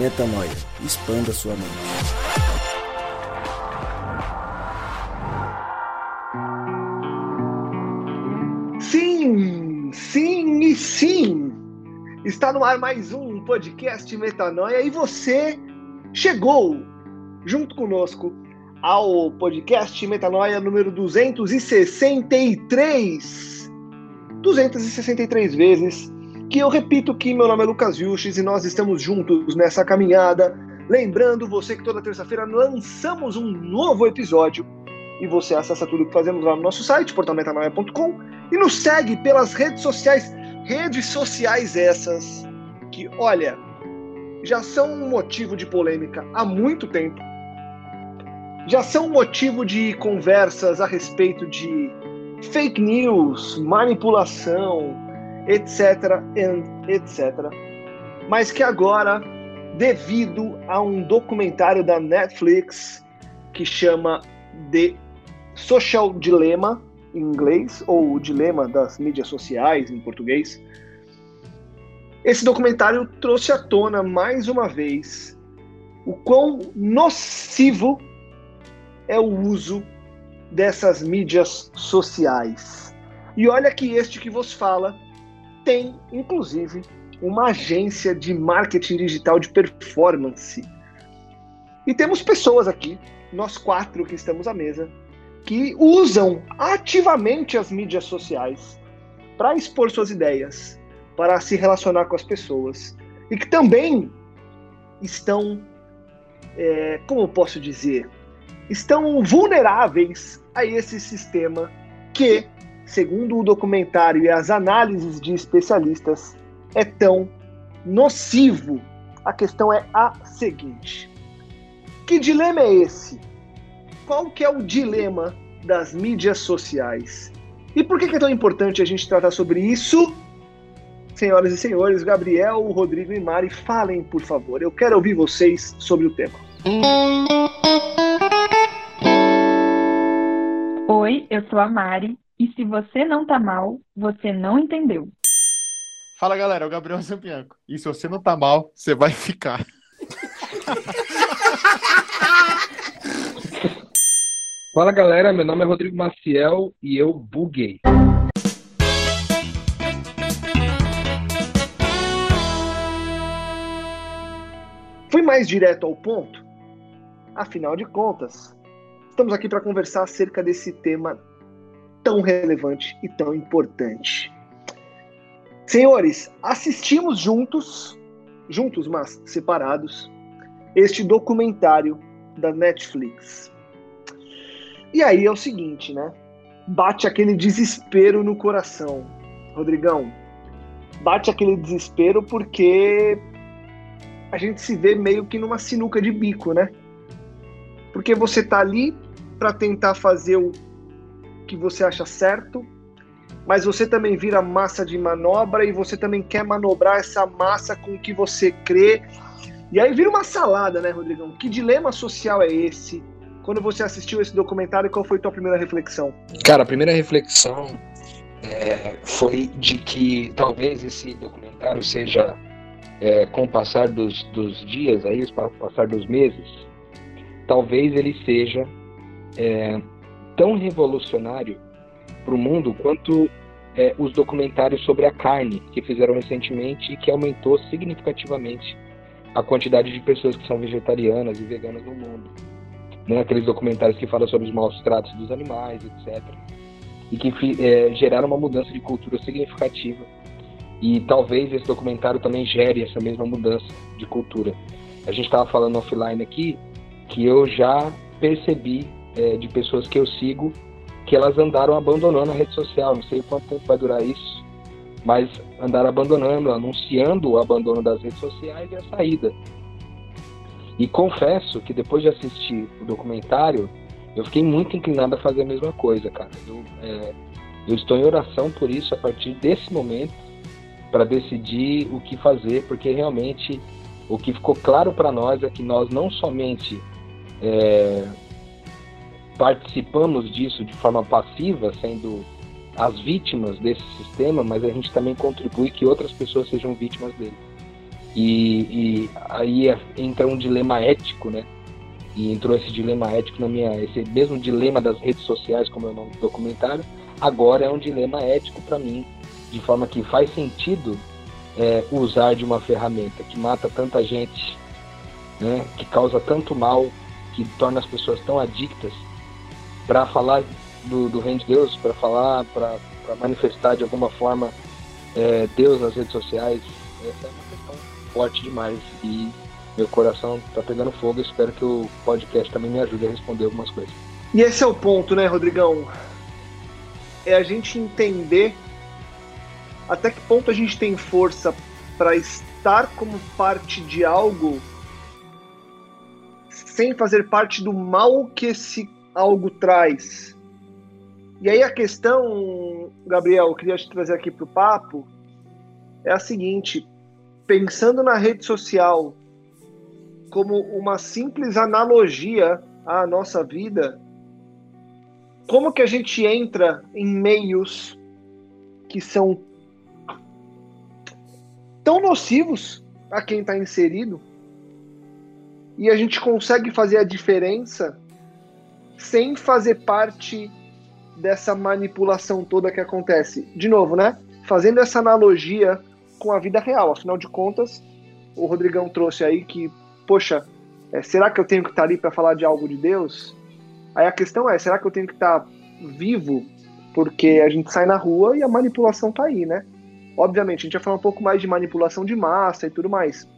Metanoia. Expanda sua mente. Sim, sim e sim! Está no ar mais um podcast Metanoia e você chegou junto conosco ao podcast Metanoia número 263. 263 vezes que eu repito que meu nome é Lucas Vilches e nós estamos juntos nessa caminhada. Lembrando você que toda terça-feira lançamos um novo episódio e você acessa tudo que fazemos lá no nosso site, portalmetanoia.com, e nos segue pelas redes sociais essas que, olha, já são um motivo de polêmica há muito tempo, já são um motivo de conversas a respeito de fake news, manipulação, etc, mas que agora, devido a um documentário da Netflix que chama The Social Dilemma, em inglês, ou o Dilema das Mídias Sociais, em português, esse documentário trouxe à tona, mais uma vez, o quão nocivo é o uso dessas mídias sociais. E olha que este que vos fala tem, inclusive, uma agência de marketing digital de performance. E temos pessoas aqui, nós quatro que estamos à mesa, que usam ativamente as mídias sociais para expor suas ideias, para se relacionar com as pessoas. E que também estão, como eu posso dizer, estão vulneráveis a esse sistema que, segundo o documentário e as análises de especialistas, é tão nocivo. A questão é a seguinte: que dilema é esse? Qual que é o dilema das mídias sociais? E por que é tão importante a gente tratar sobre isso? Senhoras e senhores, Gabriel, Rodrigo e Mari, falem, por favor. Eu quero ouvir vocês sobre o tema. Oi, eu sou a Mari, e se você não tá mal, você não entendeu. Fala, galera, é o Gabriel Zampianco. E se você não tá mal, você vai ficar. Fala, galera, meu nome é Rodrigo Maciel e eu buguei. Fui mais direto ao ponto? Afinal de contas, estamos aqui para conversar acerca desse tema tão relevante e tão importante. Senhores, assistimos juntos, mas separados, este documentário da Netflix. E aí é o seguinte, né? Bate aquele desespero no coração. Rodrigão, bate aquele desespero porque a gente se vê meio que numa sinuca de bico, né? Porque você tá ali para tentar fazer o que você acha certo, mas você também vira massa de manobra e você também quer manobrar essa massa com o que você crê. E aí vira uma salada, né, Rodrigão? Que dilema social é esse? Quando você assistiu esse documentário, qual foi a tua primeira reflexão? Cara, a primeira reflexão foi de que talvez esse documentário seja, com o passar dos dias, aí, com o passar dos meses, talvez ele seja tão revolucionário para o mundo quanto os documentários sobre a carne que fizeram recentemente e que aumentou significativamente a quantidade de pessoas que são vegetarianas e veganas no mundo. Né? Aqueles documentários que falam sobre os maus tratos dos animais, etc. E que geraram uma mudança de cultura significativa. E talvez esse documentário também gere essa mesma mudança de cultura. A gente estava falando offline aqui que eu já percebi de pessoas que eu sigo que elas andaram abandonando a rede social. Não sei quanto tempo vai durar isso, mas andaram abandonando, anunciando o abandono das redes sociais e a saída. E confesso que depois de assistir o documentário, eu fiquei muito inclinado a fazer a mesma coisa, cara. Eu estou em oração por isso a partir desse momento, para decidir o que fazer, porque realmente o que ficou claro para nós é que nós não somente participamos disso de forma passiva, sendo as vítimas desse sistema, mas a gente também contribui que outras pessoas sejam vítimas dele. E aí entra um dilema ético, né? E entrou esse dilema ético esse mesmo dilema das redes sociais, como é o nome do documentário, agora é um dilema ético para mim, de forma que faz sentido usar de uma ferramenta que mata tanta gente, né? Que causa tanto mal, que torna as pessoas tão adictas, para falar do reino de Deus, para falar, para manifestar de alguma forma Deus nas redes sociais. Essa é uma questão forte demais e meu coração tá pegando fogo. Eu espero que o podcast também me ajude a responder algumas coisas. E esse é o ponto, né, Rodrigão? É a gente entender até que ponto a gente tem força para estar como parte de algo sem fazer parte do mal que esse algo traz. E aí a questão, Gabriel, eu queria te trazer aqui para o papo, é a seguinte: pensando na rede social como uma simples analogia à nossa vida, como que a gente entra em meios que são tão nocivos a quem está inserido e a gente consegue fazer a diferença sem fazer parte dessa manipulação toda que acontece? De novo, né? Fazendo essa analogia com a vida real. Afinal de contas, o Rodrigão trouxe aí que, poxa, será que eu tenho que estar ali para falar de algo de Deus? Aí a questão é, será que eu tenho que estar vivo? Porque a gente sai na rua e a manipulação tá aí, né? Obviamente, a gente vai falar um pouco mais de manipulação de massa e tudo mais.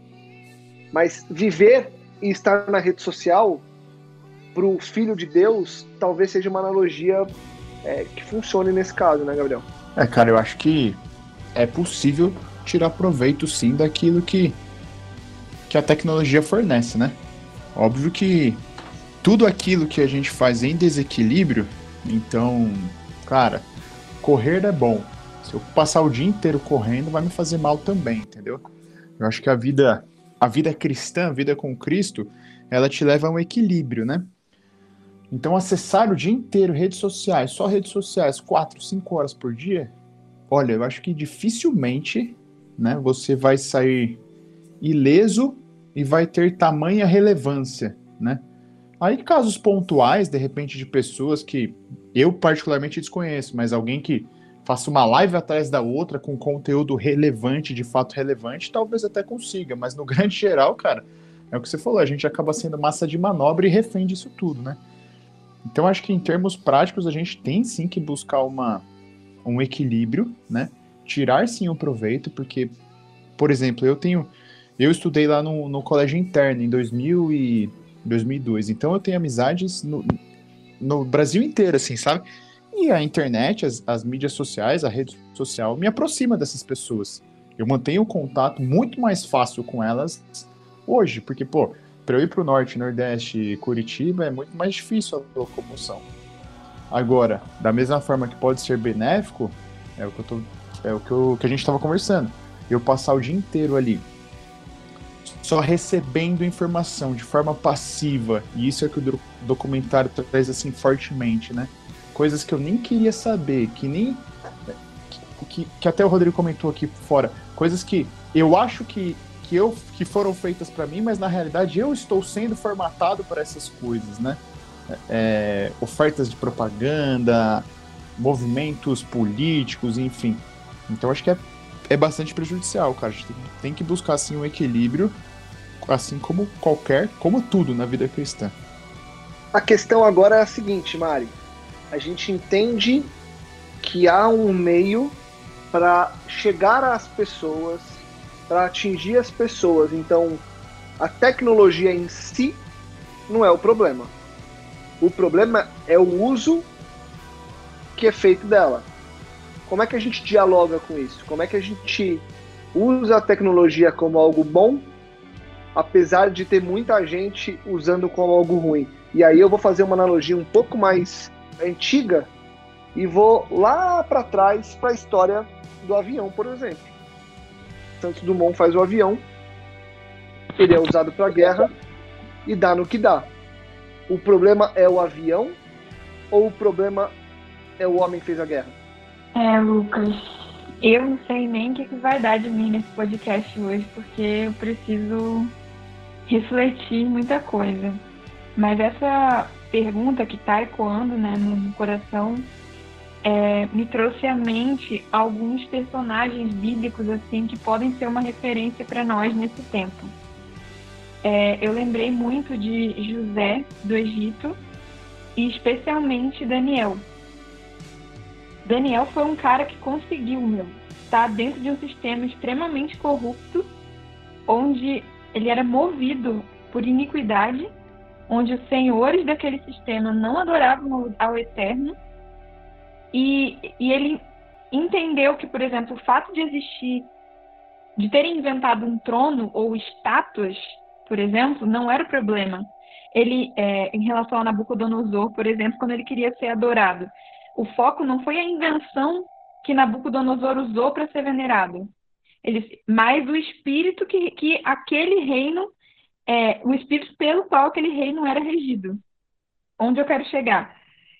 Mas viver e estar na rede social, para o Filho de Deus, talvez seja uma analogia que funcione nesse caso, né, Gabriel? Cara, eu acho que é possível tirar proveito, sim, daquilo que a tecnologia fornece, né? Óbvio que tudo aquilo que a gente faz em desequilíbrio, então, cara, correr é bom. Se eu passar o dia inteiro correndo, vai me fazer mal também, entendeu? Eu acho que a vida cristã, a vida com Cristo, ela te leva a um equilíbrio, né? Então, acessar o dia inteiro redes sociais, só redes sociais, 4, 5 horas por dia, olha, eu acho que dificilmente, né, você vai sair ileso e vai ter tamanha relevância, né? Aí, casos pontuais, de repente, de pessoas que eu particularmente desconheço, mas alguém que faça uma live atrás da outra com conteúdo relevante, de fato relevante, talvez até consiga, mas no grande geral, cara, é o que você falou, a gente acaba sendo massa de manobra e refém disso tudo, né? Então, acho que em termos práticos, a gente tem sim que buscar um equilíbrio, né? Tirar sim o proveito, porque, por exemplo, eu estudei lá no colégio interno em 2000 e 2002, então eu tenho amizades no Brasil inteiro, assim, sabe? E a internet, as mídias sociais, a rede social me aproxima dessas pessoas. Eu mantenho um contato muito mais fácil com elas hoje, porque, pô, para eu ir pro norte, nordeste, Curitiba, é muito mais difícil a locomoção. Agora, da mesma forma que pode ser benéfico, é o que a gente estava conversando. Eu passar o dia inteiro ali só recebendo informação de forma passiva, e isso é que o documentário traz assim fortemente, né? Coisas que eu nem queria saber, que até o Rodrigo comentou aqui fora, coisas que eu acho que foram feitas para mim, mas na realidade eu estou sendo formatado para essas coisas, né? Ofertas de propaganda, movimentos políticos, enfim. Então acho que é bastante prejudicial, cara. A gente tem que buscar assim um equilíbrio, assim como tudo na vida cristã. A questão agora é a seguinte, Mari. A gente entende que há um meio para chegar às pessoas, para atingir as pessoas. Então, a tecnologia em si não é o problema. O problema é o uso que é feito dela. Como é que a gente dialoga com isso? Como é que a gente usa a tecnologia como algo bom, apesar de ter muita gente usando como algo ruim? E aí eu vou fazer uma analogia um pouco mais antiga e vou lá para trás para a história do avião, por exemplo. Santos Dumont faz o avião, ele é usado para guerra e dá no que dá. O problema é o avião ou o problema é o homem que fez a guerra? Lucas, Eu não sei nem o que vai dar de mim nesse podcast hoje, porque eu preciso refletir muita coisa. Mas essa pergunta que está ecoando, né, no coração, me trouxe à mente alguns personagens bíblicos assim que podem ser uma referência para nós nesse tempo. Eu lembrei muito de José do Egito e especialmente Daniel. Daniel foi um cara que conseguiu, estar dentro de um sistema extremamente corrupto, onde ele era movido por iniquidade, onde os senhores daquele sistema não adoravam ao Eterno, e ele entendeu que, por exemplo, o fato de existir, de terem inventado um trono ou estátuas, por exemplo, não era o problema. Ele, em relação a Nabucodonosor, por exemplo, quando ele queria ser adorado, o foco não foi a invenção que Nabucodonosor usou para ser venerado, mas o espírito que aquele reino, o espírito pelo qual aquele reino era regido. Onde eu quero chegar?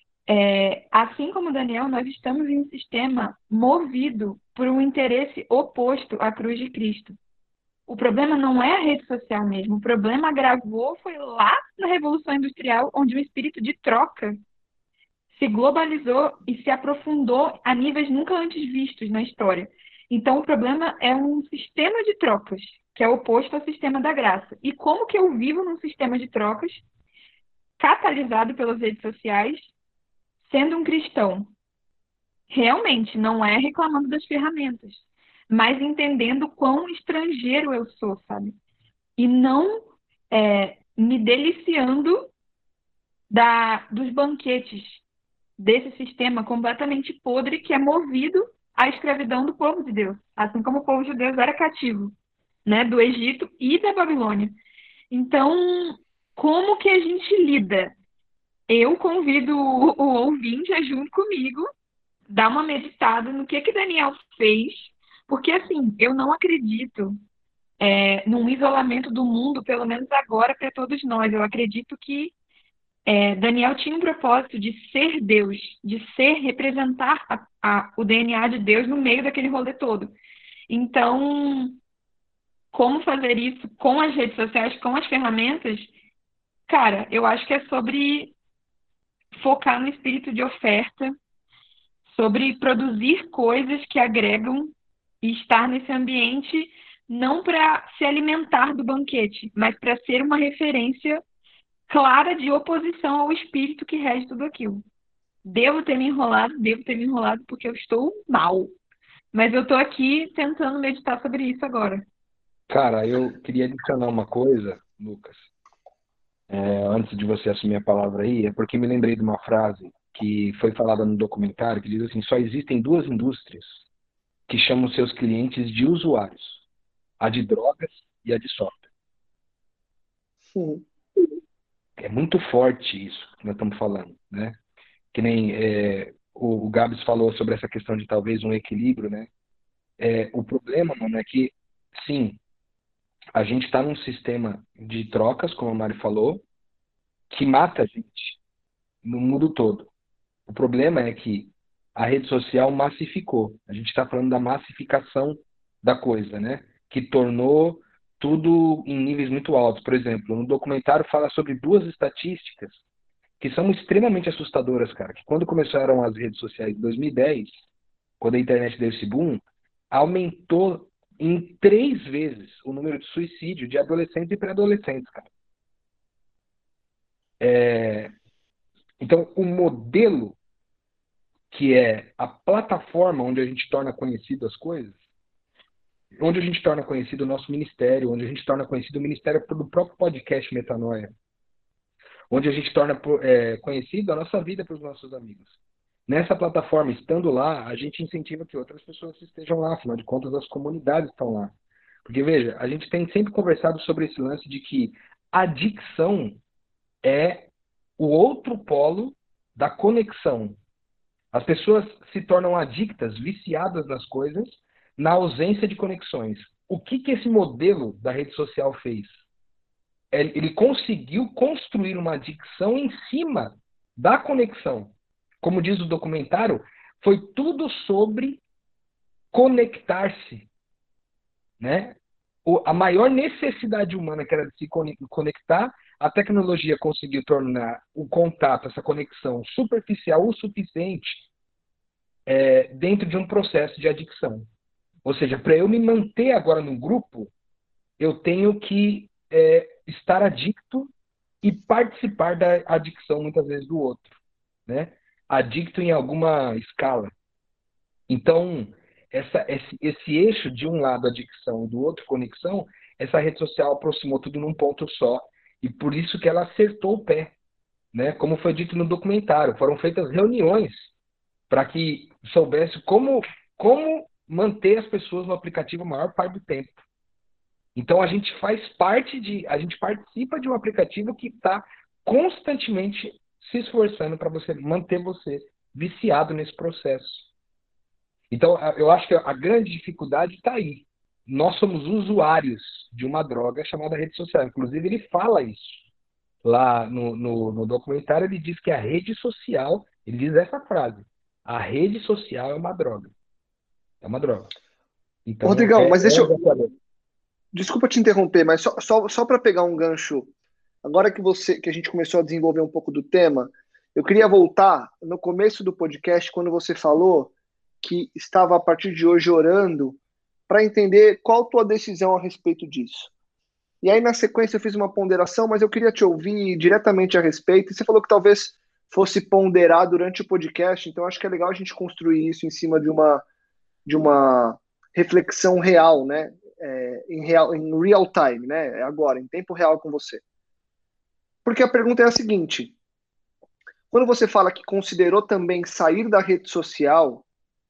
Assim como Daniel, nós estamos em um sistema movido por um interesse oposto à cruz de Cristo. O problema não é a rede social mesmo. O problema agravou foi lá na Revolução Industrial, onde o espírito de troca se globalizou e se aprofundou a níveis nunca antes vistos na história. Então, o problema é um sistema de trocas, que é oposto ao sistema da graça. E como que eu vivo num sistema de trocas catalisado pelas redes sociais, sendo um cristão? Realmente, não é reclamando das ferramentas, mas entendendo quão estrangeiro eu sou, sabe? E não me deliciando dos banquetes desse sistema completamente podre que é movido à escravidão do povo de Deus, assim como o povo judeu era cativo, né, do Egito e da Babilônia. Então, como que a gente lida? Eu convido o ouvinte a junto comigo dar uma meditada no que Daniel fez, porque assim, eu não acredito num isolamento do mundo, pelo menos agora, para todos nós. Eu acredito que Daniel tinha um propósito de ser Deus, de representar o DNA de Deus no meio daquele rolê todo. Então, como fazer isso com as redes sociais, com as ferramentas? Cara, eu acho que é sobre focar no espírito de oferta, sobre produzir coisas que agregam e estar nesse ambiente não para se alimentar do banquete, mas para ser uma referência clara de oposição ao espírito que rege tudo aquilo. Devo ter me enrolado porque eu estou mal. Mas eu estou aqui tentando meditar sobre isso agora. Cara, eu queria adicionar uma coisa, Lucas, antes de você assumir a palavra aí, é porque me lembrei de uma frase que foi falada no documentário, que diz assim: só existem duas indústrias que chamam seus clientes de usuários, a de drogas e a de software. Sim. É muito forte isso que nós estamos falando, né? Que nem o Gabs falou sobre essa questão de talvez um equilíbrio, né? O problema, mano, é que, sim, a gente está num sistema de trocas, como a Mari falou, que mata a gente no mundo todo. O problema é que a rede social massificou. A gente está falando da massificação da coisa, né? Que tornou tudo em níveis muito altos. Por exemplo, no documentário fala sobre duas estatísticas que são extremamente assustadoras, cara. Que quando começaram as redes sociais em 2010, quando a internet deu esse boom, aumentou em 3 vezes o número de suicídio de adolescentes e pré-adolescentes, cara. Então, o modelo que é a plataforma onde a gente torna conhecido as coisas, onde a gente torna conhecido o nosso ministério, onde a gente torna conhecido o ministério do próprio podcast Metanoia, onde a gente torna conhecido a nossa vida para os nossos amigos. Nessa plataforma, estando lá, a gente incentiva que outras pessoas estejam lá, afinal de contas, as comunidades estão lá. Porque, veja, a gente tem sempre conversado sobre esse lance de que a adicção é o outro polo da conexão. As pessoas se tornam adictas, viciadas nas coisas, na ausência de conexões. O que esse modelo da rede social fez? Ele conseguiu construir uma adicção em cima da conexão. Como diz o documentário, foi tudo sobre conectar-se, né? A maior necessidade humana, que era de se conectar, a tecnologia conseguiu tornar o contato, essa conexão superficial o suficiente dentro de um processo de adicção. Ou seja, para eu me manter agora no grupo, eu tenho que estar adicto e participar da adicção, muitas vezes, do outro, né? Adicto em alguma escala. Então, esse eixo de um lado adicção e do outro conexão, essa rede social aproximou tudo num ponto só. E por isso que ela acertou o pé, né? Como foi dito no documentário, foram feitas reuniões para que soubesse como manter as pessoas no aplicativo a maior parte do tempo. Então a gente participa de um aplicativo que está constantemente se esforçando para manter você viciado nesse processo. Então eu acho que a grande dificuldade está aí. Nós somos usuários de uma droga chamada rede social. Inclusive ele fala isso lá no documentário. Ele diz que a rede social, ele diz essa frase: a rede social é uma droga. É uma droga. Então, Rodrigão, mas deixa eu... Desculpa te interromper, mas só para pegar um gancho, agora que a gente começou a desenvolver um pouco do tema, eu queria voltar no começo do podcast, quando você falou que estava, a partir de hoje, orando para entender qual a tua decisão a respeito disso. E aí, na sequência, eu fiz uma ponderação, mas eu queria te ouvir diretamente a respeito. E você falou que talvez fosse ponderar durante o podcast, então acho que é legal a gente construir isso em cima de uma reflexão real, né? Em real time, né? Agora, em tempo real com você. Porque a pergunta é a seguinte: quando você fala que considerou também sair da rede social,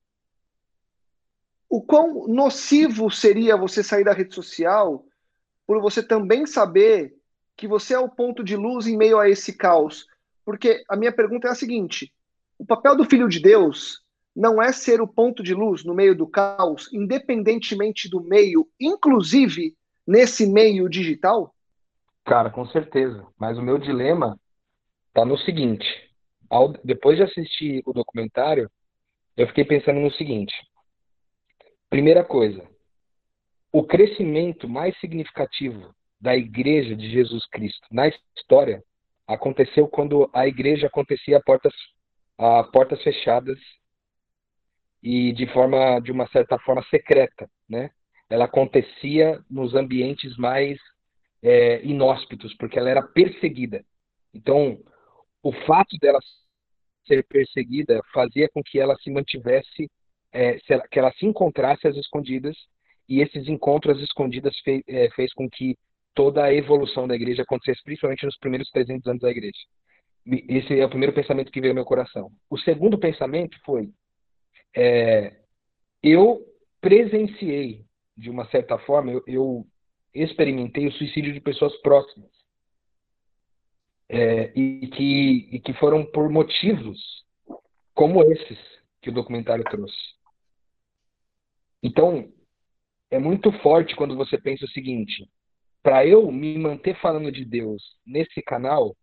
o quão nocivo seria você sair da rede social por você também saber que você é o ponto de luz em meio a esse caos? Porque a minha pergunta é a seguinte: o papel do Filho de Deus não é ser o ponto de luz no meio do caos, independentemente do meio, inclusive nesse meio digital? Cara, com certeza. Mas o meu dilema tá no seguinte: depois de assistir o documentário, eu fiquei pensando no seguinte. Primeira coisa, o crescimento mais significativo da Igreja de Jesus Cristo na história aconteceu quando a igreja acontecia a portas fechadas e de uma certa forma secreta, né? Ela acontecia nos ambientes mais inóspitos, porque ela era perseguida. Então, o fato dela ser perseguida fazia com que ela se mantivesse, que ela se encontrasse às escondidas, e esses encontros às escondidas fez com que toda a evolução da igreja acontecesse, principalmente nos primeiros 300 anos da igreja. Esse é o primeiro pensamento que veio ao meu coração. O segundo pensamento foi: eu presenciei, de uma certa forma, eu experimentei o suicídio de pessoas próximas, e que foram por motivos como esses que o documentário trouxe. Então, é muito forte quando você pensa o seguinte: para eu me manter falando de Deus nesse canal,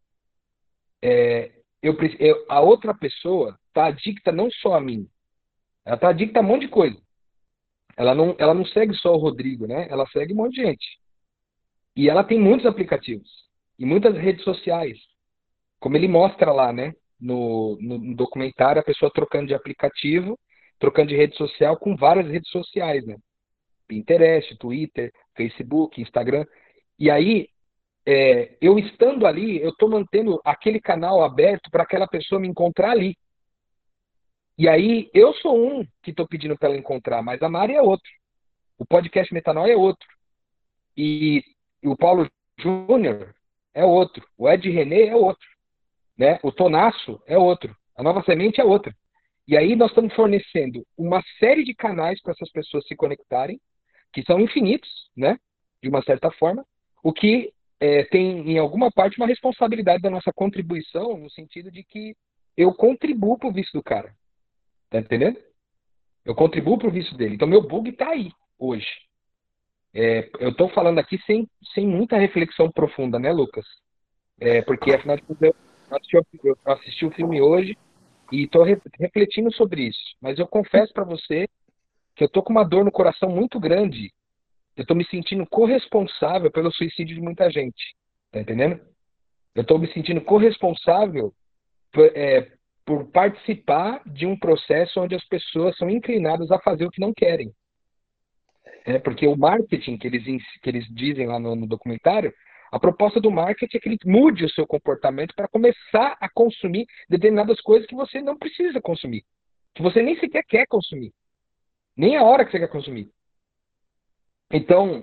a outra pessoa está adicta não só a mim, ela está adicta a um monte de coisa. Ela não segue só o Rodrigo, né? Ela segue um monte de gente. E ela tem muitos aplicativos e muitas redes sociais. Como ele mostra lá, né? No documentário, a pessoa trocando de aplicativo, trocando de rede social com várias redes sociais, né? Pinterest, Twitter, Facebook, Instagram. E aí, eu estando ali, eu estou mantendo aquele canal aberto para aquela pessoa me encontrar ali. E aí, eu sou um que estou pedindo para ela encontrar, mas a Mari é outro. O podcast Metanol é outro. E o Paulo Júnior é outro. O Ed René é outro. Né? O Tonasso é outro. A Nova Semente é outra. E aí nós estamos fornecendo uma série de canais para essas pessoas se conectarem, que são infinitos, né? De uma certa forma, o que tem, em alguma parte, uma responsabilidade da nossa contribuição, no sentido de que eu contribuo para o vício do cara. Tá entendendo? Eu contribuo para o vício dele. Então, meu bug está aí, hoje. Eu estou falando aqui sem muita reflexão profunda, né, Lucas? Porque, afinal de contas, eu assisti o filme hoje e estou refletindo sobre isso. Mas eu confesso para você que eu tô com uma dor no coração muito grande. Eu tô me sentindo corresponsável pelo suicídio de muita gente. Tá entendendo? Eu tô me sentindo corresponsável por participar de um processo onde as pessoas são inclinadas a fazer o que não querem. Porque o marketing que eles dizem lá no documentário, a proposta do marketing é que ele mude o seu comportamento para começar a consumir determinadas coisas que você não precisa consumir, que você nem sequer quer consumir, nem a hora que você quer consumir. Então,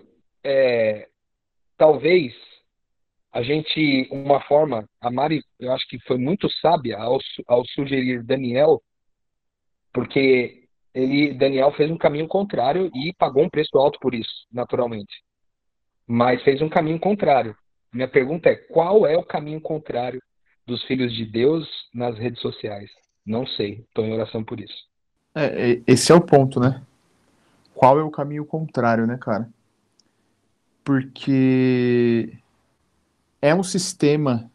talvez a gente, uma forma, a Mari, eu acho que foi muito sábia ao sugerir Daniel, porque Daniel fez um caminho contrário e pagou um preço alto por isso, naturalmente. Mas fez um caminho contrário. Minha pergunta é: qual é o caminho contrário dos filhos de Deus nas redes sociais? Não sei, estou em oração por isso. Esse é o ponto, né? Qual é o caminho contrário, né, cara? Porque é um sistema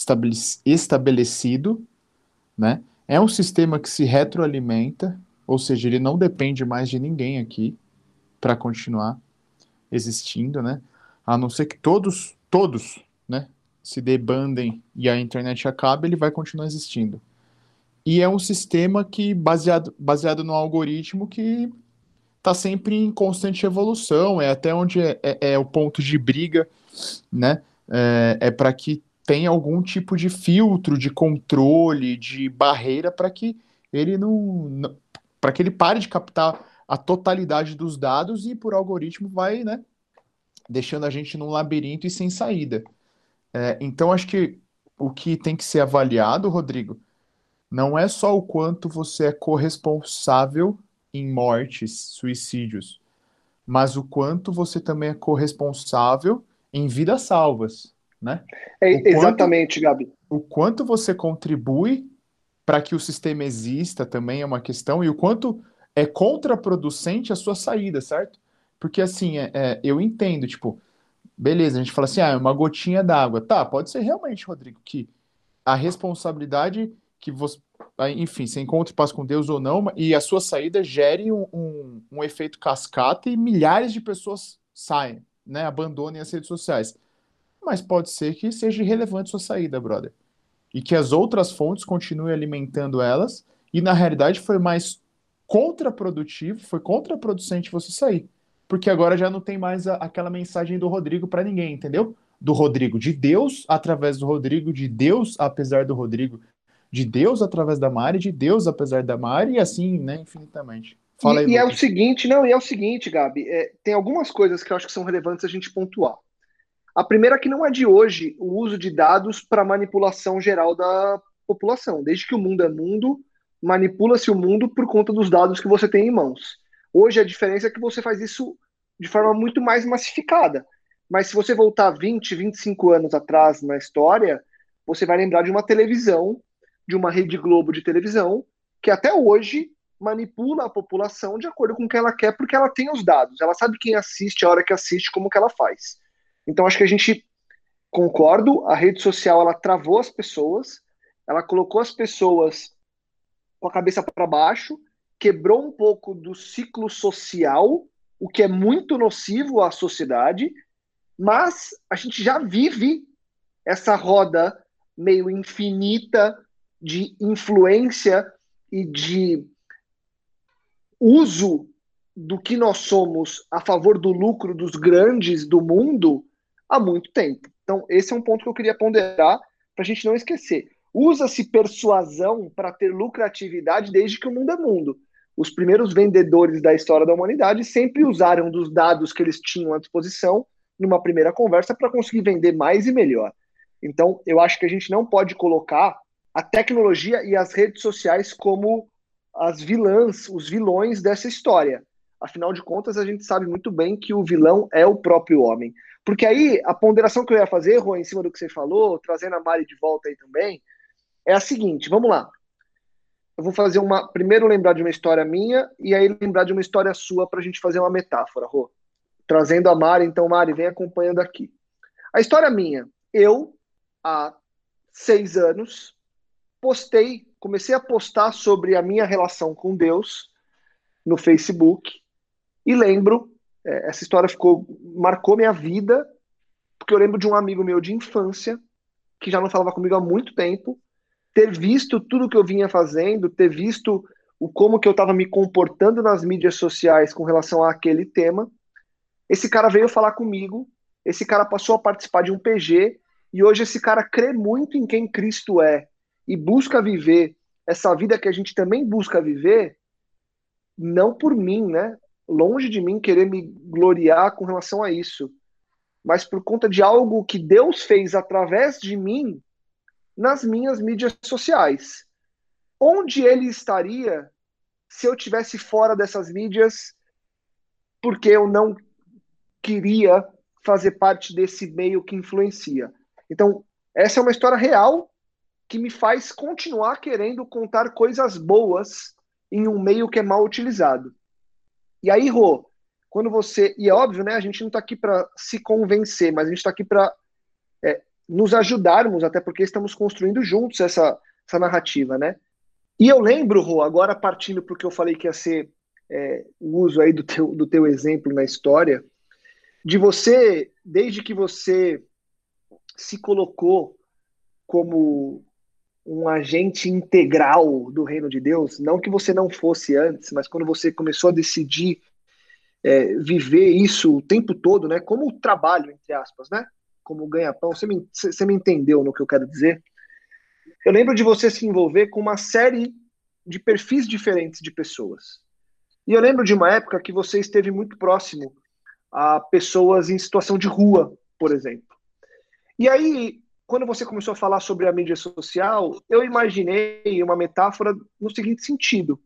estabelecido, né? É um sistema que se retroalimenta, ou seja, ele não depende mais de ninguém aqui para continuar existindo, né? A não ser que todos, né, se debandem e a internet acabe, ele vai continuar existindo. E é um sistema que baseado no algoritmo que está sempre em constante evolução, é até onde é o ponto de briga, né? Para que tenha algum tipo de filtro, de controle, de barreira para que ele não para que ele pare de captar a totalidade dos dados e por algoritmo vai, né, deixando a gente num labirinto e sem saída. Então acho que o que tem que ser avaliado, Rodrigo, não é só o quanto você é corresponsável em mortes, suicídios, mas o quanto você também é corresponsável em vidas salvas, né? Exatamente, Gabi. O quanto você contribui para que o sistema exista também é uma questão, e o quanto é contraproducente a sua saída, certo? Porque assim, eu entendo, tipo, beleza, a gente fala assim, é uma gotinha d'água. Tá, pode ser realmente, Rodrigo, que a responsabilidade que você, enfim, você encontre paz com Deus ou não, e a sua saída gere um efeito cascata e milhares de pessoas saem, né, abandonem as redes sociais. Mas pode ser que seja irrelevante sua saída, brother. E que as outras fontes continuem alimentando elas, e na realidade foi mais contraprodutivo, foi contraproducente você sair. Porque agora já não tem mais aquela mensagem do Rodrigo para ninguém, entendeu? Do Rodrigo, de Deus através do Rodrigo, de Deus apesar do Rodrigo, de Deus através da Mari, de Deus apesar da Mari, e assim, né, infinitamente. Fala aí, E é o Lucas. seguinte, não, e é o seguinte, Gabi, tem algumas coisas que eu acho que são relevantes a gente pontuar. A primeira é que não é de hoje o uso de dados para manipulação geral da população. Desde que o mundo é mundo, manipula-se o mundo por conta dos dados que você tem em mãos. Hoje a diferença é que você faz isso de forma muito mais massificada. Mas se você voltar 20, 25 anos atrás na história, você vai lembrar de uma televisão, de uma Rede Globo de televisão, que até hoje manipula a população de acordo com o que ela quer, porque ela tem os dados. Ela sabe quem assiste, a hora que assiste, como que ela faz. Então, acho que a gente concordo, a rede social ela travou as pessoas, ela colocou as pessoas com a cabeça para baixo, quebrou um pouco do ciclo social, o que é muito nocivo à sociedade, mas a gente já vive essa roda meio infinita de influência e de uso do que nós somos a favor do lucro dos grandes do mundo há muito tempo. Então, esse é um ponto que eu queria ponderar para a gente não esquecer. Usa-se persuasão para ter lucratividade desde que o mundo é mundo. Os primeiros vendedores da história da humanidade sempre usaram dos dados que eles tinham à disposição numa primeira conversa para conseguir vender mais e melhor. Então, eu acho que a gente não pode colocar a tecnologia e as redes sociais como as vilãs, os vilões dessa história. Afinal de contas, a gente sabe muito bem que o vilão é o próprio homem. Porque aí, a ponderação que eu ia fazer, Rô, em cima do que você falou, trazendo a Mari de volta aí também, é a seguinte, vamos lá. Eu vou fazer primeiro lembrar de uma história minha, e aí lembrar de uma história sua para a gente fazer uma metáfora, Rô. Trazendo a Mari, então, Mari, vem acompanhando aqui. A história minha, eu, há 6 anos, comecei a postar sobre a minha relação com Deus no Facebook, E lembro, essa história marcou minha vida, porque eu lembro de um amigo meu de infância, que já não falava comigo há muito tempo, ter visto tudo que eu vinha fazendo, ter visto como que eu estava me comportando nas mídias sociais com relação àquele tema. Esse cara veio falar comigo, esse cara passou a participar de um PG, e hoje esse cara crê muito em quem Cristo é, e busca viver essa vida que a gente também busca viver, não por mim, né? Longe de mim querer me gloriar com relação a isso, mas por conta de algo que Deus fez através de mim nas minhas mídias sociais. Onde ele estaria se eu tivesse fora dessas mídias porque eu não queria fazer parte desse meio que influencia? Então, essa é uma história real que me faz continuar querendo contar coisas boas em um meio que é mal utilizado. E aí, Rô, quando você... E é óbvio, né? A gente não está aqui para se convencer, mas a gente está aqui para nos ajudarmos, até porque estamos construindo juntos essa narrativa, né? E eu lembro, Rô, agora partindo para o que eu falei que ia ser o uso aí do teu exemplo na história, de você, desde que você se colocou como um agente integral do reino de Deus, não que você não fosse antes, mas quando você começou a decidir viver isso o tempo todo, né, como trabalho, entre aspas, né, como ganha-pão, você me entendeu no que eu quero dizer? Eu lembro de você se envolver com uma série de perfis diferentes de pessoas. E eu lembro de uma época que você esteve muito próximo a pessoas em situação de rua, por exemplo. E aí, quando você começou a falar sobre a mídia social, eu imaginei uma metáfora no seguinte sentido.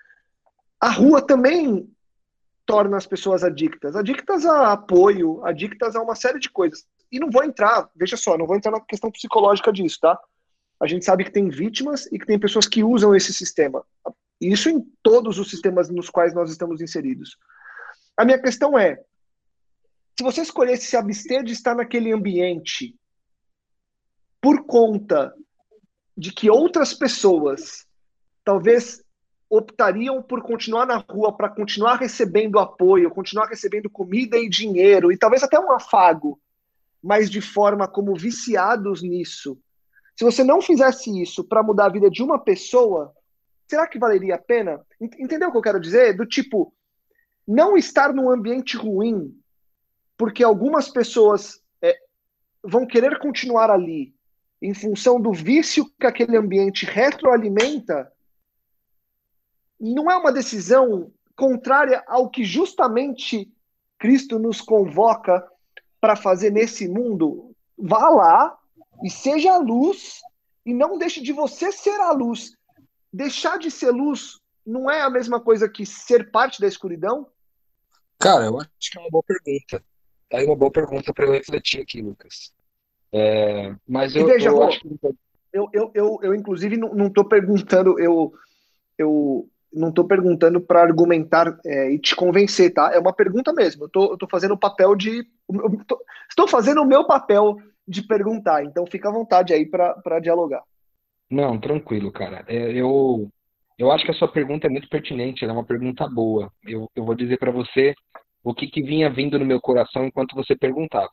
A rua também torna as pessoas adictas a apoio, adictas a uma série de coisas. E não vou entrar, veja só, não vou entrar na questão psicológica disso, tá? A gente sabe que tem vítimas e que tem pessoas que usam esse sistema. Isso em todos os sistemas nos quais nós estamos inseridos. A minha questão é, se você escolhesse se abster de estar naquele ambiente por conta de que outras pessoas talvez optariam por continuar na rua para continuar recebendo apoio, continuar recebendo comida e dinheiro, e talvez até um afago, mas de forma como viciados nisso. Se você não fizesse isso para mudar a vida de uma pessoa, será que valeria a pena? Entendeu o que eu quero dizer? Do tipo, não estar num ambiente ruim, porque algumas pessoas vão querer continuar ali em função do vício que aquele ambiente retroalimenta, não é uma decisão contrária ao que justamente Cristo nos convoca para fazer nesse mundo? Vá lá e seja a luz e não deixe de você ser a luz. Deixar de ser luz não é a mesma coisa que ser parte da escuridão? Cara, eu acho que é uma boa pergunta. Tá aí uma boa pergunta para eu refletir aqui, Lucas. Mas E veja, eu Rô, acho que... eu inclusive não estou perguntando, eu não estou perguntando para argumentar e te convencer, tá? É uma pergunta mesmo. Eu tô fazendo o papel de... estou fazendo o meu papel de perguntar, então fica à vontade aí para dialogar. Não, tranquilo, cara. Eu acho que a sua pergunta é muito pertinente, ela é uma pergunta boa. Eu vou dizer para você o que vinha vindo no meu coração enquanto você perguntava.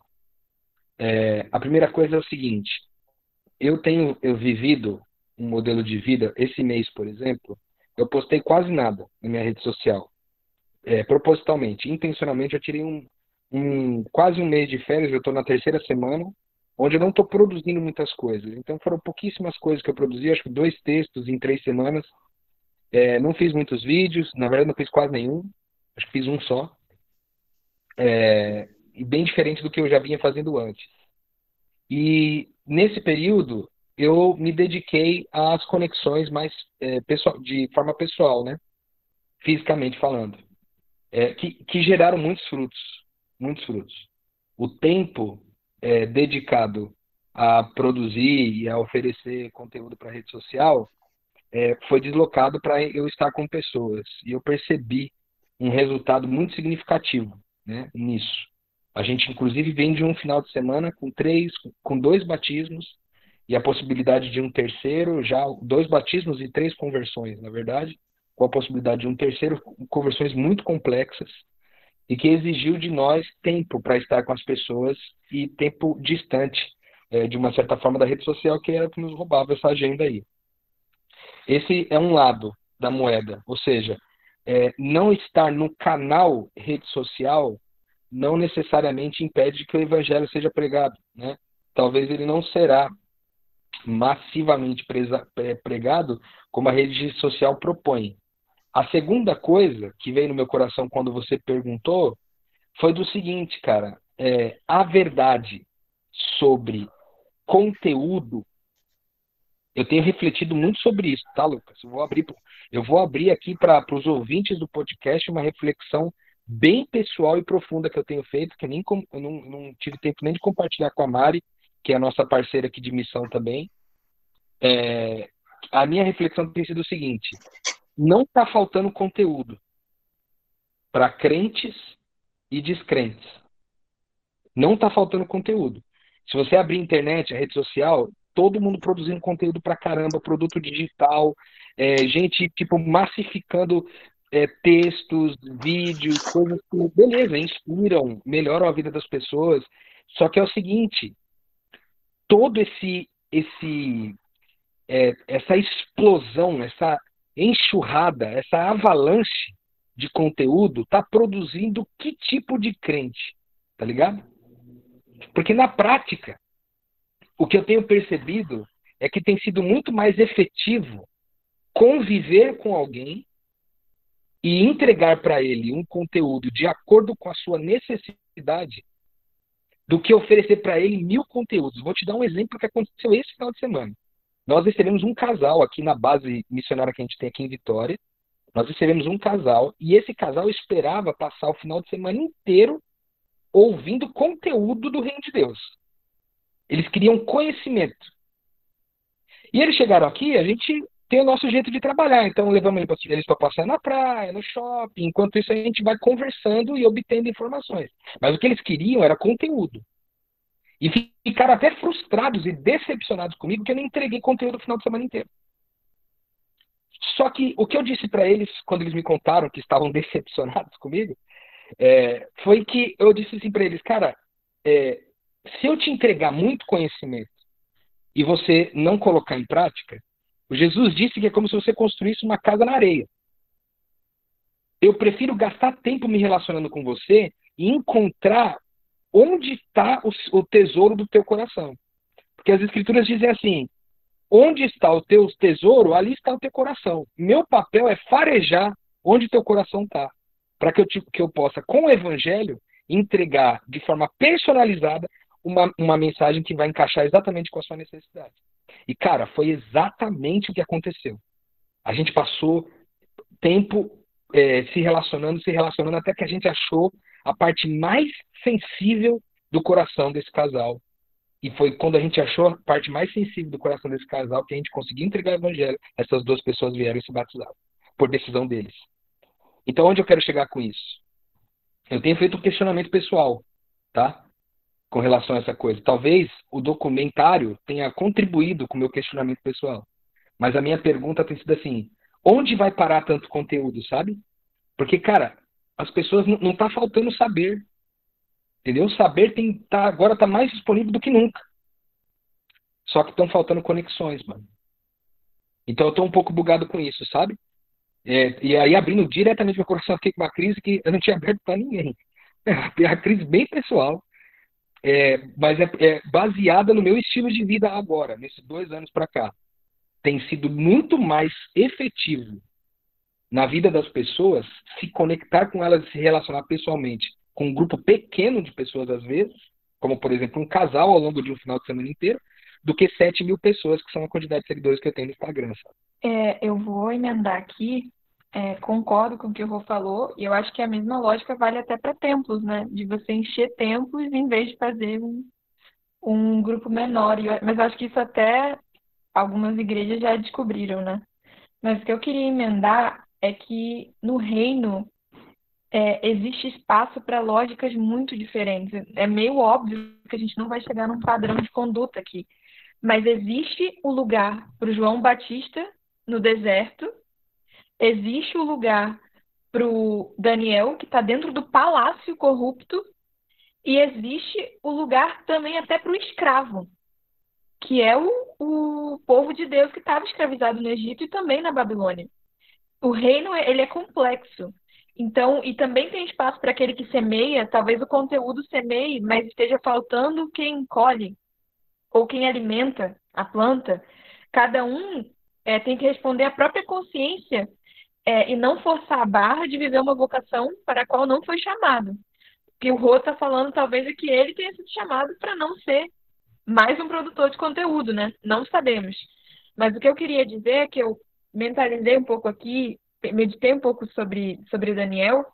A primeira coisa é o seguinte: eu vivido um modelo de vida. Esse mês, por exemplo, eu postei quase nada na minha rede social. Propositalmente, intencionalmente, eu tirei quase um mês de férias. Eu estou na terceira semana, onde eu não estou produzindo muitas coisas. Então foram pouquíssimas coisas que eu produzi, acho que 2 textos em 3 semanas. Não fiz muitos vídeos, na verdade não fiz quase nenhum, acho que fiz um só. E bem diferente do que eu já vinha fazendo antes. E nesse período eu me dediquei às conexões mais de forma pessoal, né? Fisicamente falando, que geraram muitos frutos, muitos frutos. O tempo dedicado a produzir e a oferecer conteúdo para a rede social foi deslocado para eu estar com pessoas. E eu percebi um resultado muito significativo, né, nisso. A gente, inclusive, vem de um final de semana com 2 batismos e a possibilidade de um terceiro, já 2 batismos e 3 conversões, na verdade, com a possibilidade de um terceiro, conversões muito complexas. e que exigiu de nós tempo para estar com as pessoas e tempo distante, de uma certa forma, da rede social, que era o que nos roubava essa agenda aí. Esse é um lado da moeda, ou seja, não estar no canal rede social não necessariamente impede que o evangelho seja pregado, né? Talvez ele não será massivamente pregado como a rede social propõe. A segunda coisa que veio no meu coração quando você perguntou foi do seguinte, cara, a verdade sobre conteúdo, eu tenho refletido muito sobre isso, tá, Lucas? Eu vou abrir aqui para os ouvintes do podcast uma reflexão bem pessoal e profunda que eu tenho feito, que eu não tive tempo nem de compartilhar com a Mari, que é a nossa parceira aqui de missão também. A minha reflexão tem sido o seguinte: não está faltando conteúdo para crentes e descrentes. Não está faltando conteúdo. Se você abrir a internet, a rede social, todo mundo produzindo conteúdo pra caramba, produto digital, gente tipo massificando textos, vídeos, coisas que, beleza, inspiram, melhoram a vida das pessoas. Só que é o seguinte, todo essa explosão, essa enxurrada, essa avalanche de conteúdo está produzindo que tipo de crente? Tá ligado? Porque na prática, o que eu tenho percebido é que tem sido muito mais efetivo conviver com alguém e entregar para ele um conteúdo de acordo com a sua necessidade do que oferecer para ele 1000 conteúdos. Vou te dar um exemplo que aconteceu esse final de semana. Nós recebemos um casal aqui na base missionária que a gente tem aqui em Vitória. Nós recebemos um casal e esse casal esperava passar o final de semana inteiro ouvindo conteúdo do Reino de Deus. Eles queriam conhecimento. E eles chegaram aqui, a gente tem o nosso jeito de trabalhar. Então, levamos eles para passear na praia, no shopping. Enquanto isso, a gente vai conversando e obtendo informações. Mas o que eles queriam era conteúdo. E ficaram até frustrados e decepcionados comigo que eu não entreguei conteúdo o final de semana inteiro. Só que o que eu disse para eles, quando eles me contaram que estavam decepcionados comigo, foi que eu disse assim para eles, cara, se eu te entregar muito conhecimento e você não colocar em prática, o Jesus disse que é como se você construísse uma casa na areia. Eu prefiro gastar tempo me relacionando com você e encontrar onde está o tesouro do teu coração. Porque as escrituras dizem assim, onde está o teu tesouro, ali está o teu coração. Meu papel é farejar onde teu coração está, para que eu possa, com o evangelho, entregar de forma personalizada uma mensagem que vai encaixar exatamente com a sua necessidade. E, cara, foi exatamente o que aconteceu. A gente passou tempo se relacionando, até que a gente achou a parte mais sensível do coração desse casal. E foi quando a gente achou a parte mais sensível do coração desse casal que a gente conseguiu entregar o evangelho. Essas duas pessoas vieram e se batizaram, por decisão deles. Então, onde eu quero chegar com isso? Eu tenho feito um questionamento pessoal, tá? Com relação a essa coisa. Talvez o documentário tenha contribuído com o meu questionamento pessoal. Mas a minha pergunta tem sido assim, onde vai parar tanto conteúdo, sabe? Porque, cara, as pessoas não tá faltando saber. Entendeu? O saber agora tá mais disponível do que nunca. Só que estão faltando conexões, mano. Então eu tô um pouco bugado com isso, sabe? E aí, abrindo diretamente meu coração, fiquei com uma crise que eu não tinha aberto para ninguém. É uma crise bem pessoal, mas é baseada no meu estilo de vida agora, nesses 2 anos para cá. Tem sido muito mais efetivo na vida das pessoas se conectar com elas e se relacionar pessoalmente com um grupo pequeno de pessoas, às vezes, como, por exemplo, um casal ao longo de um final de semana inteiro, do que 7.000 pessoas, que são a quantidade de seguidores que eu tenho no Instagram, sabe? Eu vou emendar aqui, concordo com o que o Rô falou, e eu acho que a mesma lógica vale até para templos, né? De você encher templos em vez de fazer um grupo menor. Mas eu acho que isso até algumas igrejas já descobriram, né? Mas o que eu queria emendar é que no reino existe espaço para lógicas muito diferentes. É meio óbvio que a gente não vai chegar num padrão de conduta aqui. Mas existe o lugar para o João Batista no deserto, existe o lugar pro Daniel, que está dentro do palácio corrupto, e existe o lugar também até para o escravo, que é o povo de Deus que estava escravizado no Egito e também na Babilônia. O reino, ele é complexo. Então, e também tem espaço para aquele que semeia, talvez o conteúdo semeie, mas esteja faltando quem colhe ou quem alimenta a planta. Cada um tem que responder à própria consciência e não forçar a barra de viver uma vocação para a qual não foi chamado. O que o Rô está falando talvez é que ele tenha sido chamado para não ser mais um produtor de conteúdo, né? Não sabemos. Mas o que eu queria dizer é que eu mentalizei um pouco aqui, meditei um pouco sobre Daniel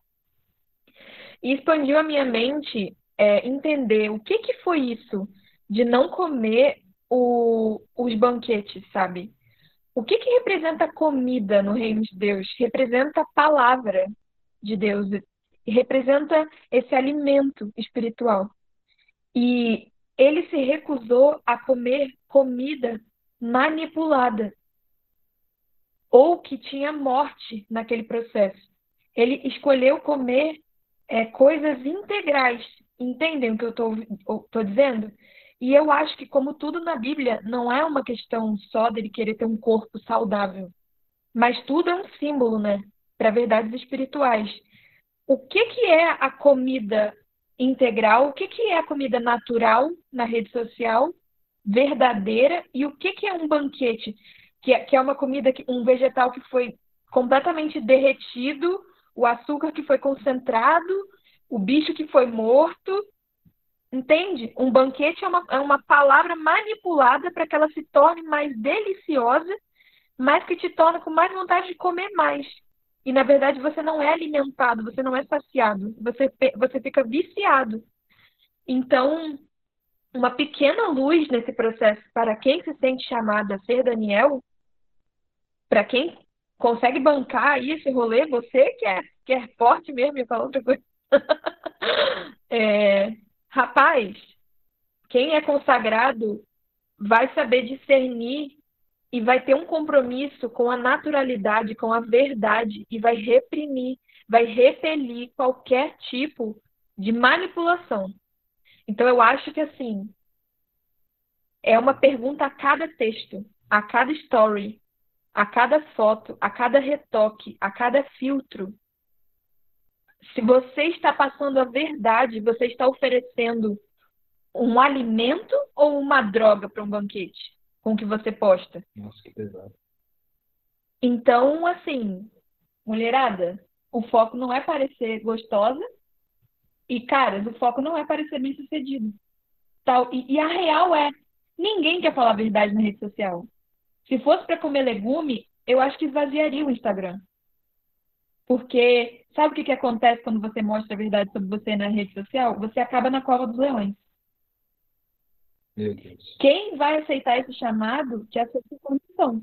e expandiu a minha mente entender o que foi isso de não comer os banquetes, sabe? O que representa comida no reino de Deus? Representa a palavra de Deus, representa esse alimento espiritual. E ele se recusou a comer comida manipulada ou que tinha morte naquele processo. Ele escolheu comer coisas integrais. Entendem o que eu estou dizendo? E eu acho que, como tudo na Bíblia, não é uma questão só dele querer ter um corpo saudável, mas tudo é um símbolo, né, para verdades espirituais. O que é a comida integral? O que é a comida natural na rede social, verdadeira? E o que é um banquete? Que é uma comida, um vegetal que foi completamente derretido, o açúcar que foi concentrado, o bicho que foi morto. Entende? Um banquete é uma palavra manipulada para que ela se torne mais deliciosa, mas que te torna com mais vontade de comer mais. E, na verdade, você não é alimentado, você não é saciado, você fica viciado. Então, uma pequena luz nesse processo para quem se sente chamado a ser Daniel, para quem consegue bancar aí esse rolê, você que é forte mesmo, ia falar outra coisa. Rapaz, quem é consagrado vai saber discernir e vai ter um compromisso com a naturalidade, com a verdade, e vai reprimir, vai repelir qualquer tipo de manipulação. Então, eu acho que, assim, é uma pergunta a cada texto, a cada story, a cada foto, a cada retoque, a cada filtro. Se você está passando a verdade, você está oferecendo um alimento ou uma droga para um banquete com o que você posta? Nossa, que pesado. Então, assim, mulherada, o foco não é parecer gostosa e, caras, o foco não é parecer bem-sucedido. Tal. E a real ninguém quer falar a verdade na rede social. Se fosse para comer legume, eu acho que esvaziaria o Instagram. Porque sabe o que acontece quando você mostra a verdade sobre você na rede social? Você acaba na cova dos leões. Meu Deus. Quem vai aceitar esse chamado que aceita a condição?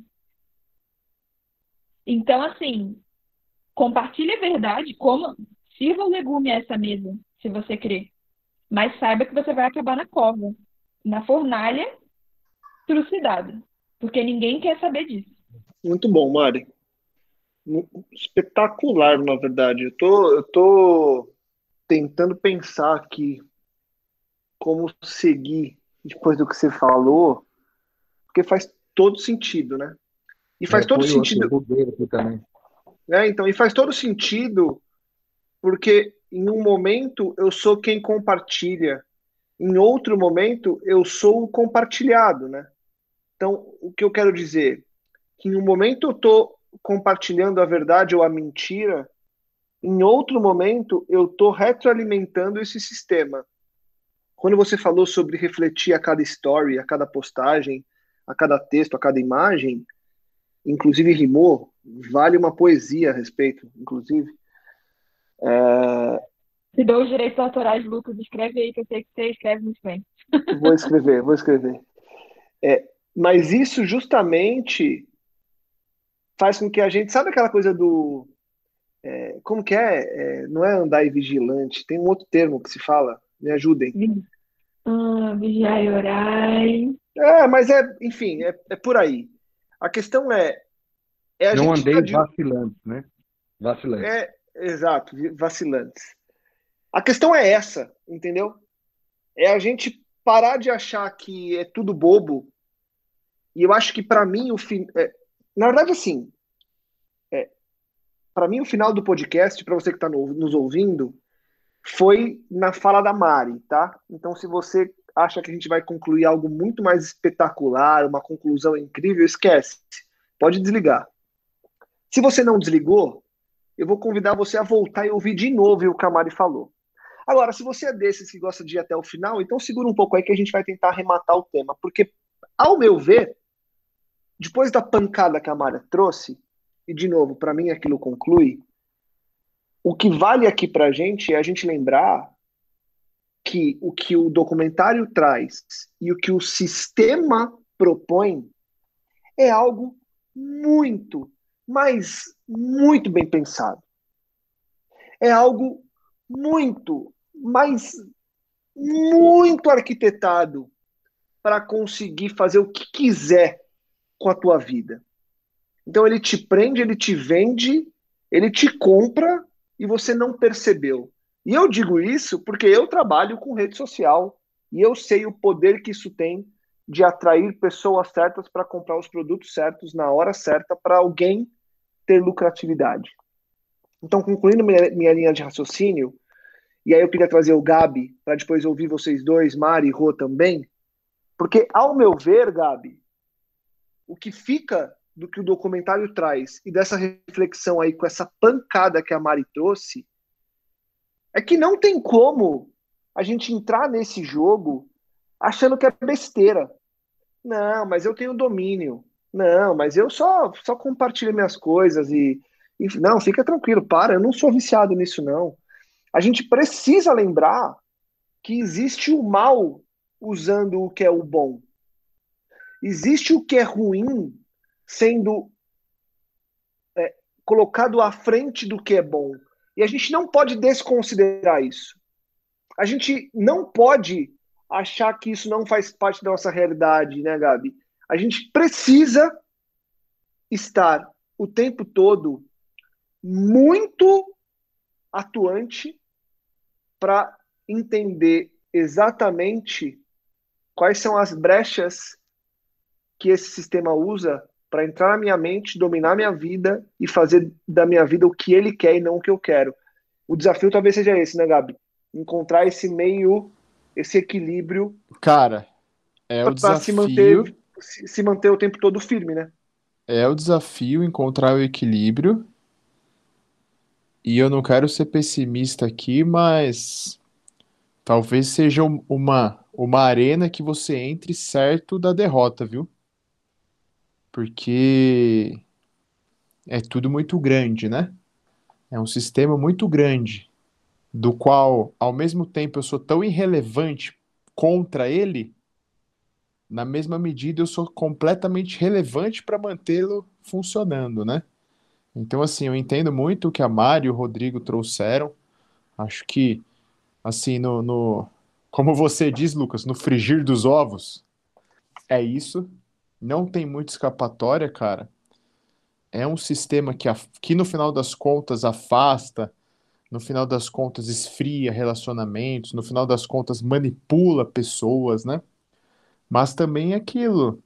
Então, assim, compartilhe a verdade, sirva o legume a essa mesa, se você crê. Mas saiba que você vai acabar na cova, na fornalha, trucidado. Porque ninguém quer saber disso. Muito bom, Mari. Espetacular, na verdade. Eu tô tentando pensar aqui como seguir depois do que você falou, porque faz todo sentido, né? E faz todo sentido. Aqui também. Então, e faz todo sentido porque em um momento eu sou quem compartilha, em outro momento eu sou o compartilhado, né? Então, o que eu quero dizer? Que em um momento eu estou compartilhando a verdade ou a mentira, em outro momento eu estou retroalimentando esse sistema. Quando você falou sobre refletir a cada story, a cada postagem, a cada texto, a cada imagem, inclusive rimou, vale uma poesia a respeito, inclusive. Se dou os direitos autorais, Lucas, escreve aí, que eu sei que você escreve muito bem. Vou escrever. Mas isso justamente faz com que a gente... Sabe aquela coisa do... como que é? Não é andar e vigilante, tem um outro termo que se fala, me ajudem. Vigiar e orar. Mas enfim, é por aí. A questão a não gente andei vacilante, né? Vacilante. Exato, vacilantes. A questão é essa, entendeu? É a gente parar de achar que é tudo bobo. E eu acho que para mim na verdade assim, para mim o final do podcast, para você que está nos ouvindo, foi na fala da Mari, tá? Então se você acha que a gente vai concluir algo muito mais espetacular, uma conclusão incrível, esquece. Pode desligar. Se você não desligou, eu vou convidar você a voltar e ouvir de novo o que a Mari falou. Agora, se você é desses que gosta de ir até o final, então segura um pouco aí que a gente vai tentar arrematar o tema. Porque, ao meu ver, depois da pancada que a Mari trouxe, e de novo, para mim aquilo conclui, o que vale aqui pra gente é a gente lembrar que o que o documentário traz e o que o sistema propõe é algo muito, mas muito bem pensado. É algo muito, mas muito arquitetado para conseguir fazer o que quiser com a tua vida. Então ele te prende, ele te vende, ele te compra e você não percebeu. E eu digo isso porque eu trabalho com rede social e eu sei o poder que isso tem de atrair pessoas certas para comprar os produtos certos na hora certa para alguém ter lucratividade. Então, concluindo minha linha de raciocínio, e aí eu queria trazer o Gabi para depois ouvir vocês dois, Mari e Rô também, porque, ao meu ver, Gabi, o que fica do que o documentário traz e dessa reflexão aí com essa pancada que a Mari trouxe é que não tem como a gente entrar nesse jogo achando que é besteira. Não, mas eu tenho domínio. Não, mas eu só compartilho minhas coisas e não, fica tranquilo, para, eu não sou viciado nisso, não. A gente precisa lembrar que existe o mal usando o que é o bom. Existe o que é ruim sendo colocado à frente do que é bom. E a gente não pode desconsiderar isso. A gente não pode achar que isso não faz parte da nossa realidade, né, Gabi? A gente precisa estar o tempo todo muito atuante para entender exatamente quais são as brechas que esse sistema usa para entrar na minha mente, dominar minha vida e fazer da minha vida o que ele quer e não o que eu quero. O desafio talvez seja esse, né, Gabi? Encontrar esse meio, esse equilíbrio. Cara, é o para desafio. se manter o tempo todo firme, né? É o desafio encontrar o equilíbrio. E eu não quero ser pessimista aqui, mas talvez seja uma arena que você entre certo da derrota, viu? Porque é tudo muito grande, né? É um sistema muito grande, do qual, ao mesmo tempo, eu sou tão irrelevante contra ele, na mesma medida eu sou completamente relevante para mantê-lo funcionando, né? Então, assim, eu entendo muito o que a Mari e o Rodrigo trouxeram. Acho que, assim, como você diz, Lucas, no frigir dos ovos, é isso. Não tem muita escapatória, cara. É um sistema que no final das contas afasta, no final das contas esfria relacionamentos, no final das contas manipula pessoas, né? Mas também é aquilo,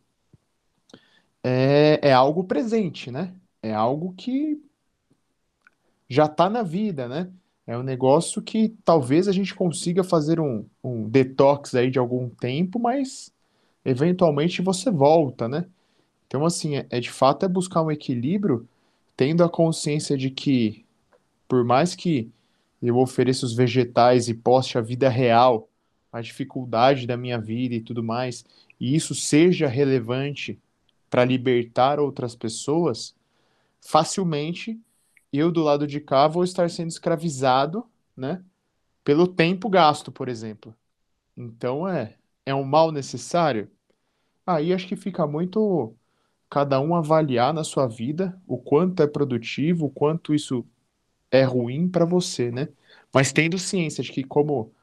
é algo presente, né? É algo que já está na vida, né? É um negócio que talvez a gente consiga fazer um detox aí de algum tempo, mas eventualmente você volta, né? Então, assim, de fato é buscar um equilíbrio, tendo a consciência de que, por mais que eu ofereça os vegetais e poste a vida real, a dificuldade da minha vida e tudo mais, e isso seja relevante para libertar outras pessoas, facilmente eu do lado de cá vou estar sendo escravizado, né, pelo tempo gasto, por exemplo. Então é um mal necessário? Aí acho que fica muito cada um avaliar na sua vida o quanto é produtivo, o quanto isso é ruim para você, né? Mas tendo ciência de que como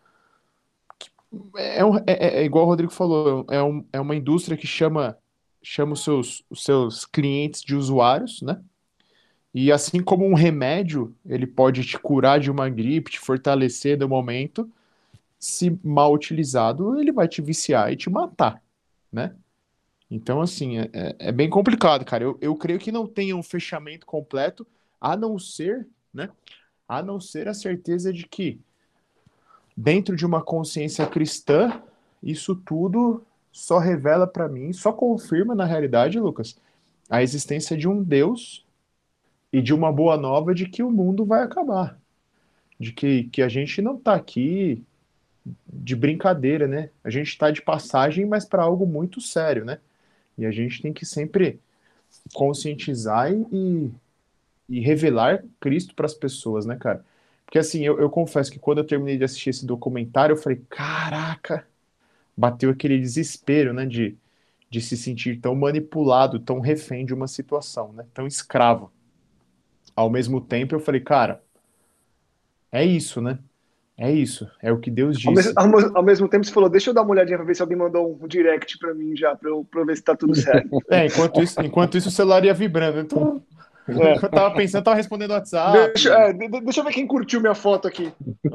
é igual o Rodrigo falou, é uma indústria que chama os seus clientes de usuários, né? E assim como um remédio, ele pode te curar de uma gripe, te fortalecer no momento, se mal utilizado, ele vai te viciar e te matar, né? Então, assim, é bem complicado, cara. Eu creio que não tenha um fechamento completo, a não ser, né? A não ser a certeza de que, dentro de uma consciência cristã, isso tudo só revela para mim, só confirma na realidade, Lucas, a existência de um Deus e de uma boa nova de que o mundo vai acabar. De que a gente não tá aqui de brincadeira, né? A gente tá de passagem, mas para algo muito sério, né? E a gente tem que sempre conscientizar e revelar Cristo para as pessoas, né, cara? Porque assim, eu confesso que quando eu terminei de assistir esse documentário, eu falei, caraca, bateu aquele desespero, né, de se sentir tão manipulado, tão refém de uma situação, né, tão escravo. Ao mesmo tempo, eu falei, cara, é isso, né? É isso, é o que Deus disse. Ao mesmo tempo, você falou, deixa eu dar uma olhadinha pra ver se alguém mandou um direct pra mim já, pra eu ver se tá tudo certo. Enquanto isso o celular ia vibrando. Então, É. eu tava pensando, tava respondendo WhatsApp. Deixa eu ver quem curtiu minha foto aqui.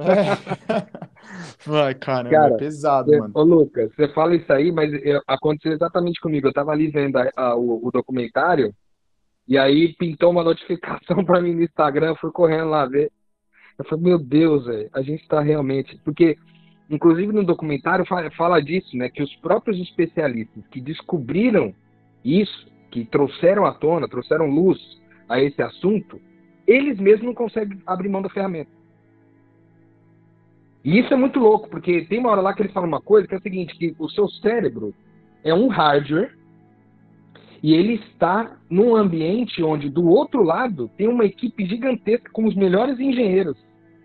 Ai, caramba, é Cara, pesado, mano. ô Lucas, você fala isso aí, mas aconteceu exatamente comigo. Eu tava ali vendo o documentário, e aí pintou uma notificação pra mim no Instagram, eu fui correndo lá ver. Eu falei, meu Deus, velho, a gente tá realmente. Porque, inclusive no documentário fala disso, né? Que os próprios especialistas que descobriram isso, que trouxeram à tona, trouxeram luz a esse assunto, eles mesmos não conseguem abrir mão da ferramenta. E isso é muito louco, porque tem uma hora lá que eles falam uma coisa que é o seguinte, que o seu cérebro é um hardware e ele está num ambiente onde do outro lado tem uma equipe gigantesca com os melhores engenheiros.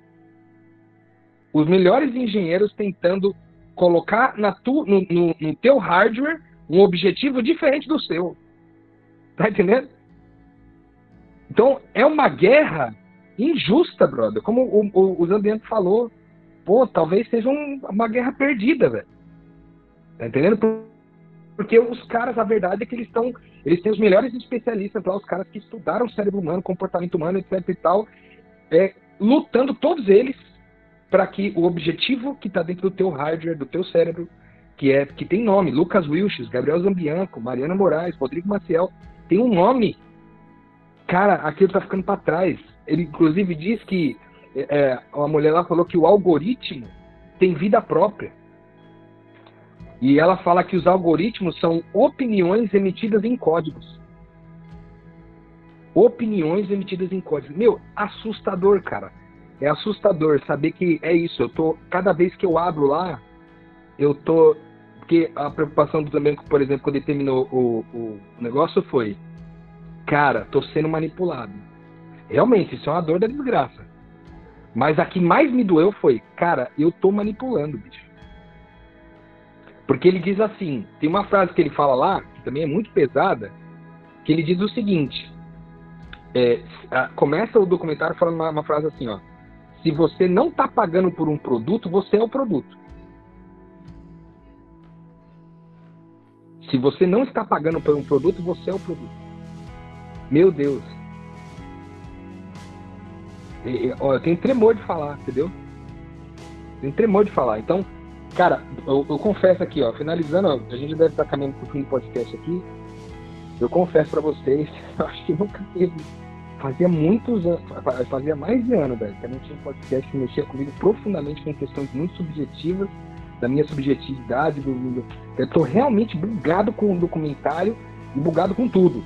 Os melhores engenheiros tentando colocar no teu hardware um objetivo diferente do seu. Tá entendendo? Então, é uma guerra injusta, brother. Como o Zambianco falou. Pô, talvez seja uma guerra perdida, velho. Tá entendendo? Porque os caras, a verdade é que eles têm os melhores especialistas lá, os caras que estudaram o cérebro humano, comportamento humano, etc e tal, lutando todos eles para que o objetivo que está dentro do teu hardware, do teu cérebro, que tem nome, Lucas Wilches, Gabriel Zambianco, Mariana Moraes, Rodrigo Maciel, tem um nome. Cara, aquilo tá ficando para trás. Ele, inclusive, diz que a mulher lá falou que o algoritmo tem vida própria. E ela fala que os algoritmos são opiniões emitidas em códigos. Opiniões emitidas em códigos. Meu, assustador, cara. É assustador saber que é isso. Cada vez que eu abro lá, porque a preocupação do Zambianco, por exemplo, quando ele terminou o negócio foi, cara, tô sendo manipulado. Realmente, isso é uma dor da desgraça. Mas a que mais me doeu foi, cara, eu tô manipulando, bicho. Porque ele diz assim, tem uma frase que ele fala lá, que também é muito pesada, que ele diz o seguinte, começa o documentário falando uma frase assim, ó, se você não tá pagando por um produto, você é o produto. Se você não está pagando por um produto, você é o produto. Meu Deus. Eu tenho tremor de falar, entendeu? Tenho tremor de falar. Então, cara, eu confesso aqui, ó, finalizando, a gente deve estar caminhando pro fim do podcast aqui. Eu confesso pra vocês, eu acho que nunca teve. Fazia muitos anos, fazia mais de ano, velho, que eu não tinha um podcast que mexia comigo profundamente com questões muito subjetivas, da minha subjetividade. Eu tô realmente bugado com o documentário e bugado com tudo.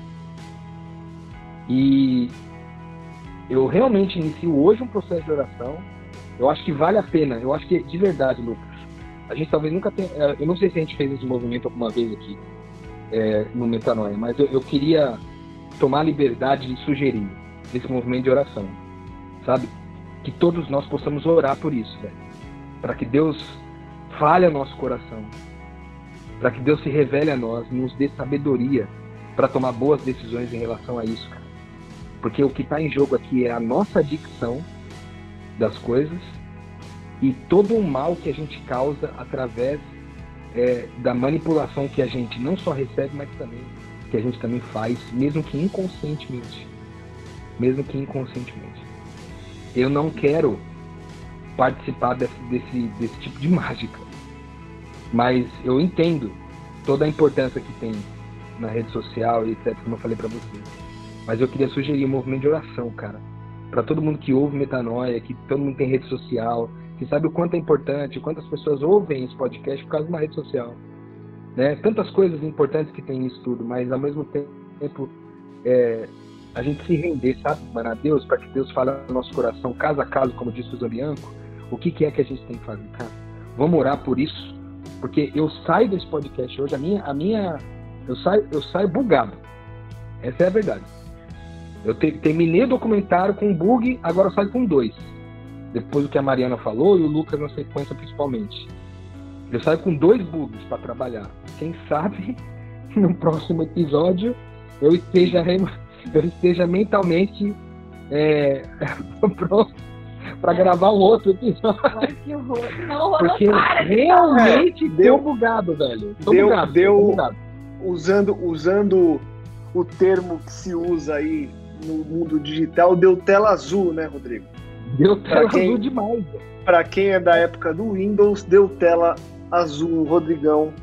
E eu realmente inicio hoje um processo de oração. Eu acho que vale a pena. Eu acho que, de verdade, Lucas, a gente talvez nunca tenha... Eu não sei se a gente fez esse movimento alguma vez aqui no Metanoia, mas eu queria tomar a liberdade de sugerir esse movimento de oração, sabe? Que todos nós possamos orar por isso, velho. Para que Deus fale ao nosso coração. Para que Deus se revele a nós, nos dê sabedoria para tomar boas decisões em relação a isso, cara. Porque o que está em jogo aqui é a nossa adicção das coisas e todo o mal que a gente causa através da manipulação que a gente não só recebe, mas também que a gente também faz, mesmo que inconscientemente. mesmo que inconscientemente. Eu não quero participar desse tipo de mágica, mas eu entendo toda a importância que tem na rede social e etc, como eu falei pra você. Mas eu queria sugerir um movimento de oração, cara, pra todo mundo que ouve Metanoia, que todo mundo tem rede social, que sabe o quanto é importante, quantas pessoas ouvem esse podcast por causa de uma rede social, né? Tantas coisas importantes que tem nisso tudo, mas ao mesmo tempo a gente se render, sabe, mano, a Deus, para que Deus fale no nosso coração, caso a caso, como disse o Zolianco, o que é que a gente tem que fazer, cara? Vamos orar por isso, porque eu saio desse podcast hoje, eu saio bugado. Essa é a verdade. Eu terminei o documentário com um bug, agora eu saio com 2. Depois do que a Mariana falou e o Lucas na sequência principalmente. Eu saio com 2 bugs para trabalhar. Quem sabe no próximo episódio eu esteja mentalmente pronto para gravar um outro episódio. Ai, que horror. Não, porque realmente deu bugado, velho. Tô bugado. Usando o termo que se usa aí no mundo digital, deu tela azul, né, Rodrigo? Deu tela azul demais. Para quem é da época do Windows, deu tela azul, Rodrigão.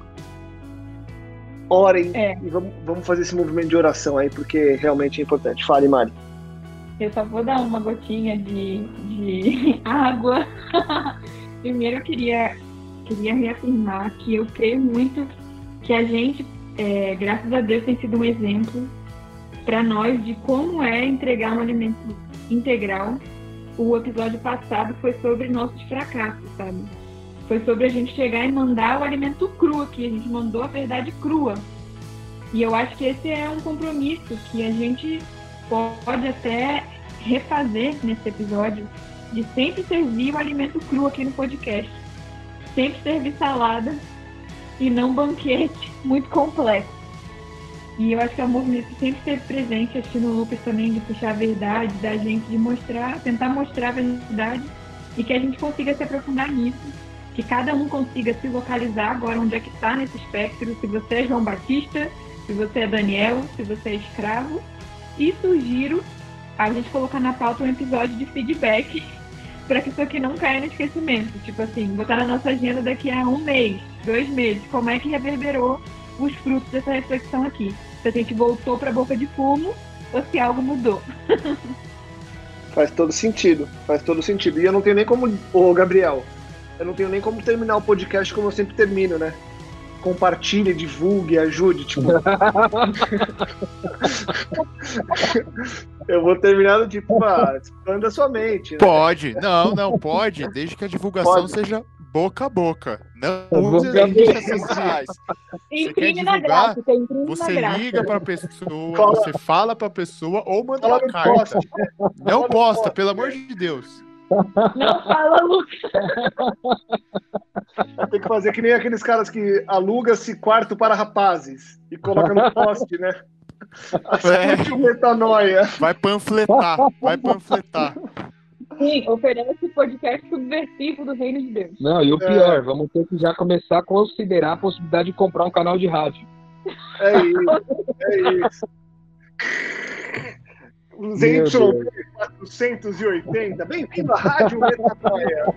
Orem e vamos fazer esse movimento de oração aí, porque realmente é importante. Fale, Mari. Eu só vou dar uma gotinha de água. Primeiro eu queria reafirmar que eu creio muito que a gente, graças a Deus, tem sido um exemplo para nós de como é entregar um alimento integral. O episódio passado foi sobre nossos fracassos, sabe? Foi sobre a gente chegar e mandar o alimento cru aqui. A gente mandou a verdade crua. E eu acho que esse é um compromisso que a gente pode até refazer nesse episódio, de sempre servir o alimento cru aqui no podcast. Sempre servir salada e não banquete muito complexo. E eu acho que é um movimento que sempre esteve presente, acho que no Lucas também, de puxar a verdade, da gente de tentar mostrar a verdade e que a gente consiga se aprofundar nisso, que cada um consiga se localizar agora onde é que está nesse espectro, se você é João Batista, se você é Daniel, se você é escravo. E sugiro a gente colocar na pauta um episódio de feedback para que isso aqui não caia no esquecimento. Tipo assim, botar na nossa agenda daqui a 1 mês, 2 meses, como é que reverberou os frutos dessa reflexão aqui. Se a gente voltou para a boca de fumo ou se algo mudou. Faz todo sentido. E eu não tenho nem como... Ô, Gabriel, eu não tenho nem como terminar o podcast como eu sempre termino, né? Compartilhe, divulgue, ajude, tipo... Eu vou terminar do tipo, expanda sua mente, né? Pode, não pode, desde que a divulgação seja boca a boca. Não use as redes sociais. Você quer divulgar, você liga para a pessoa, você fala para a pessoa ou manda uma carta. Não posta, pelo amor de Deus. Não fala, Lucas. Tem que fazer que nem aqueles caras que aluga-se quarto para rapazes e coloca no poste, né? Assiste o Metanoia. Vai panfletar. Sim, oferece podcast subversivo do Reino de Deus. Não, e o pior, vamos ter que já começar a considerar a possibilidade de comprar um canal de rádio. É isso. Os Y480, bem-vindo à Rádio Metanoia.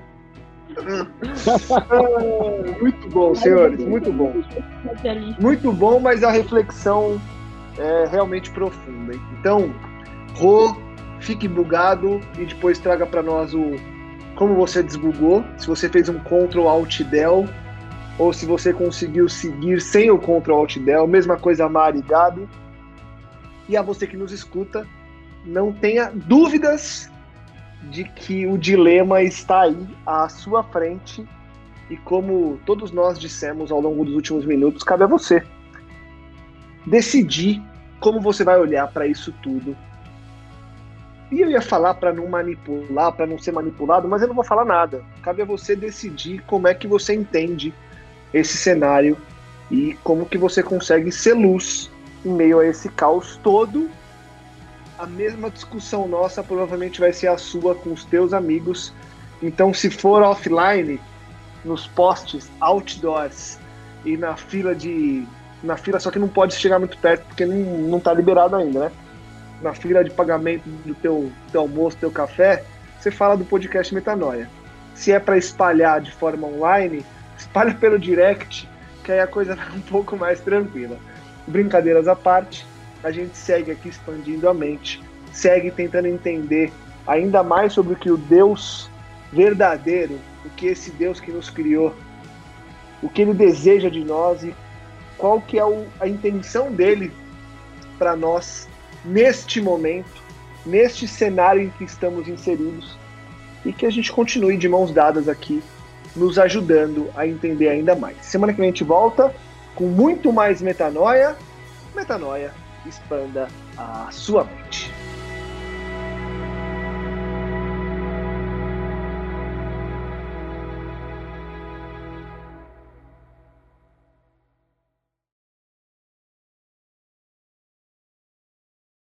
Muito bom, senhores, muito bom. Muito bom, mas a reflexão é realmente profunda. Então, Rô, fique bugado e depois traga para nós como você desbugou, se você fez um Ctrl Alt Del ou se você conseguiu seguir sem o Ctrl Alt Del, mesma coisa Mari e Gabi. E a você que nos escuta, não tenha dúvidas de que o dilema está aí à sua frente e como todos nós dissemos ao longo dos últimos minutos, cabe a você decidir como você vai olhar para isso tudo. E eu ia falar para não manipular, para não ser manipulado, mas eu não vou falar nada. Cabe a você decidir como é que você entende esse cenário e como que você consegue ser luz em meio a esse caos todo. A mesma discussão nossa provavelmente vai ser a sua com os teus amigos. Então, se for offline, nos posts, outdoors e na fila, só que não pode chegar muito perto porque não está liberado ainda, né? na fila de pagamento do teu almoço, teu café, você fala do podcast Metanoia. Se é para espalhar de forma online, espalha pelo direct, que aí a coisa vai um pouco mais tranquila. Brincadeiras à parte, a gente segue aqui expandindo a mente, segue tentando entender ainda mais sobre o que o Deus verdadeiro, o que esse Deus que nos criou, o que ele deseja de nós e qual que é a intenção dele para nós neste momento, neste cenário em que estamos inseridos, e que a gente continue de mãos dadas aqui, nos ajudando a entender ainda mais. Semana que vem a gente volta com muito mais metanoia. Metanoia, expanda a sua mente.